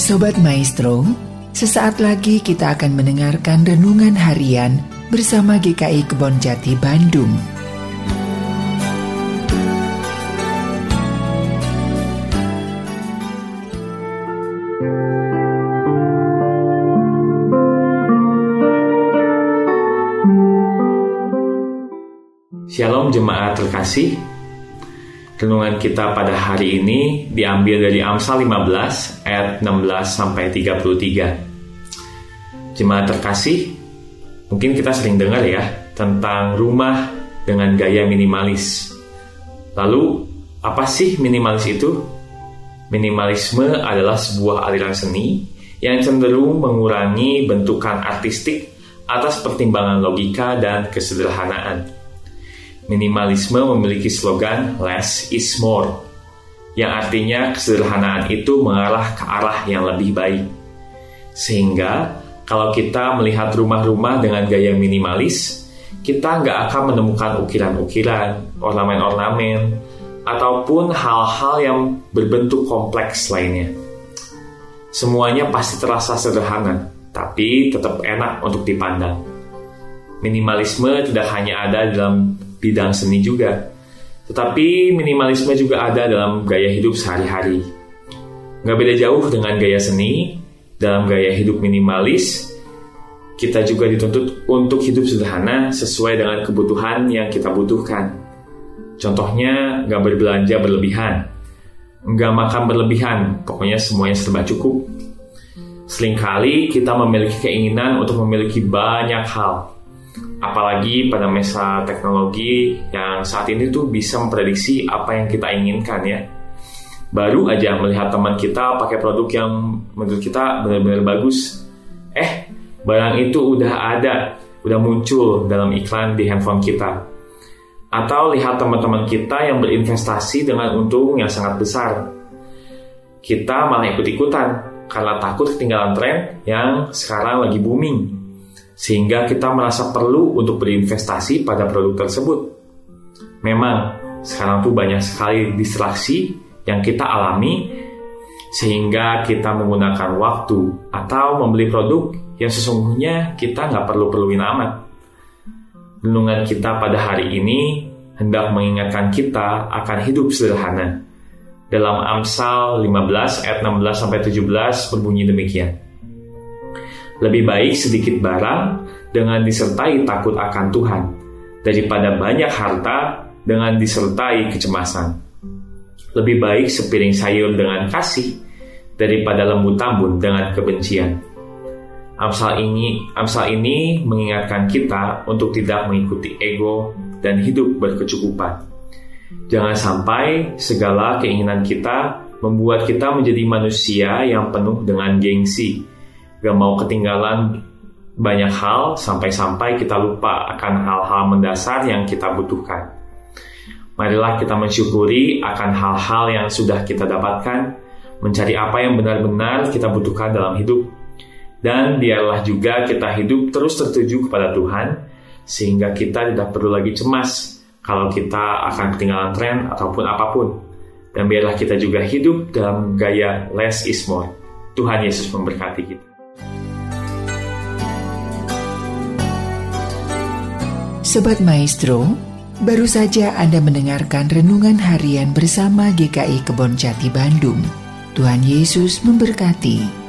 Sobat Maestro, sesaat lagi kita akan mendengarkan renungan harian bersama GKI Kebonjati Bandung. Shalom jemaat terkasih. Renungan kita pada hari ini diambil dari Amsal 15 ayat 16-33. Jemaat terkasih, mungkin kita sering dengar ya tentang rumah dengan gaya minimalis. Lalu, apa sih minimalis itu? Minimalisme adalah sebuah aliran seni yang cenderung mengurangi bentukan artistik atas pertimbangan logika dan kesederhanaan. Minimalisme memiliki slogan "Less is more", yang artinya kesederhanaan itu mengarah ke arah yang lebih baik. Sehingga, kalau kita melihat rumah-rumah dengan gaya minimalis, kita nggak akan menemukan ukiran-ukiran, ornamen-ornamen, ataupun hal-hal yang berbentuk kompleks lainnya. Semuanya pasti terasa sederhana, tapi tetap enak untuk dipandang. Minimalisme tidak hanya ada dalam bidang seni juga, tetapi minimalisme juga ada dalam gaya hidup sehari-hari. Nggak beda jauh dengan gaya seni. Dalam gaya hidup minimalis, kita juga dituntut untuk hidup sederhana sesuai dengan kebutuhan yang kita butuhkan. Contohnya, nggak berbelanja berlebihan, nggak makan berlebihan, pokoknya semuanya serba cukup. Seringkali kita memiliki keinginan untuk memiliki banyak hal, apalagi pada masa teknologi yang saat ini tuh bisa memprediksi apa yang kita inginkan ya. Baru aja melihat teman kita pakai produk yang menurut kita benar-benar bagus, barang itu udah ada, udah muncul dalam iklan di handphone kita. Atau lihat teman-teman kita yang berinvestasi dengan untung yang sangat besar. Kita malah ikut-ikutan karena takut ketinggalan tren yang sekarang lagi booming, sehingga kita merasa perlu untuk berinvestasi pada produk tersebut. Memang, sekarang tuh banyak sekali distraksi yang kita alami, sehingga kita menggunakan waktu atau membeli produk yang sesungguhnya kita nggak perlu-perluin amat. Renungan kita pada hari ini hendak mengingatkan kita akan hidup sederhana. Dalam Amsal 15 ayat 16-17 berbunyi demikian. Lebih baik sedikit barang dengan disertai takut akan Tuhan daripada banyak harta dengan disertai kecemasan. Lebih baik sepiring sayur dengan kasih daripada lembu tambun dengan kebencian. Amsal ini mengingatkan kita untuk tidak mengikuti ego dan hidup berkecukupan. Jangan sampai segala keinginan kita membuat kita menjadi manusia yang penuh dengan gengsi, gak mau ketinggalan banyak hal sampai-sampai kita lupa akan hal-hal mendasar yang kita butuhkan. Marilah kita mensyukuri akan hal-hal yang sudah kita dapatkan, mencari apa yang benar-benar kita butuhkan dalam hidup, dan biarlah juga kita hidup terus tertuju kepada Tuhan, sehingga kita tidak perlu lagi cemas kalau kita akan ketinggalan tren ataupun apapun. Dan biarlah kita juga hidup dalam gaya less is more. Tuhan Yesus memberkati kita. Sobat Maestro, baru saja Anda mendengarkan renungan harian bersama GKI Kebonjati Bandung. Tuhan Yesus memberkati.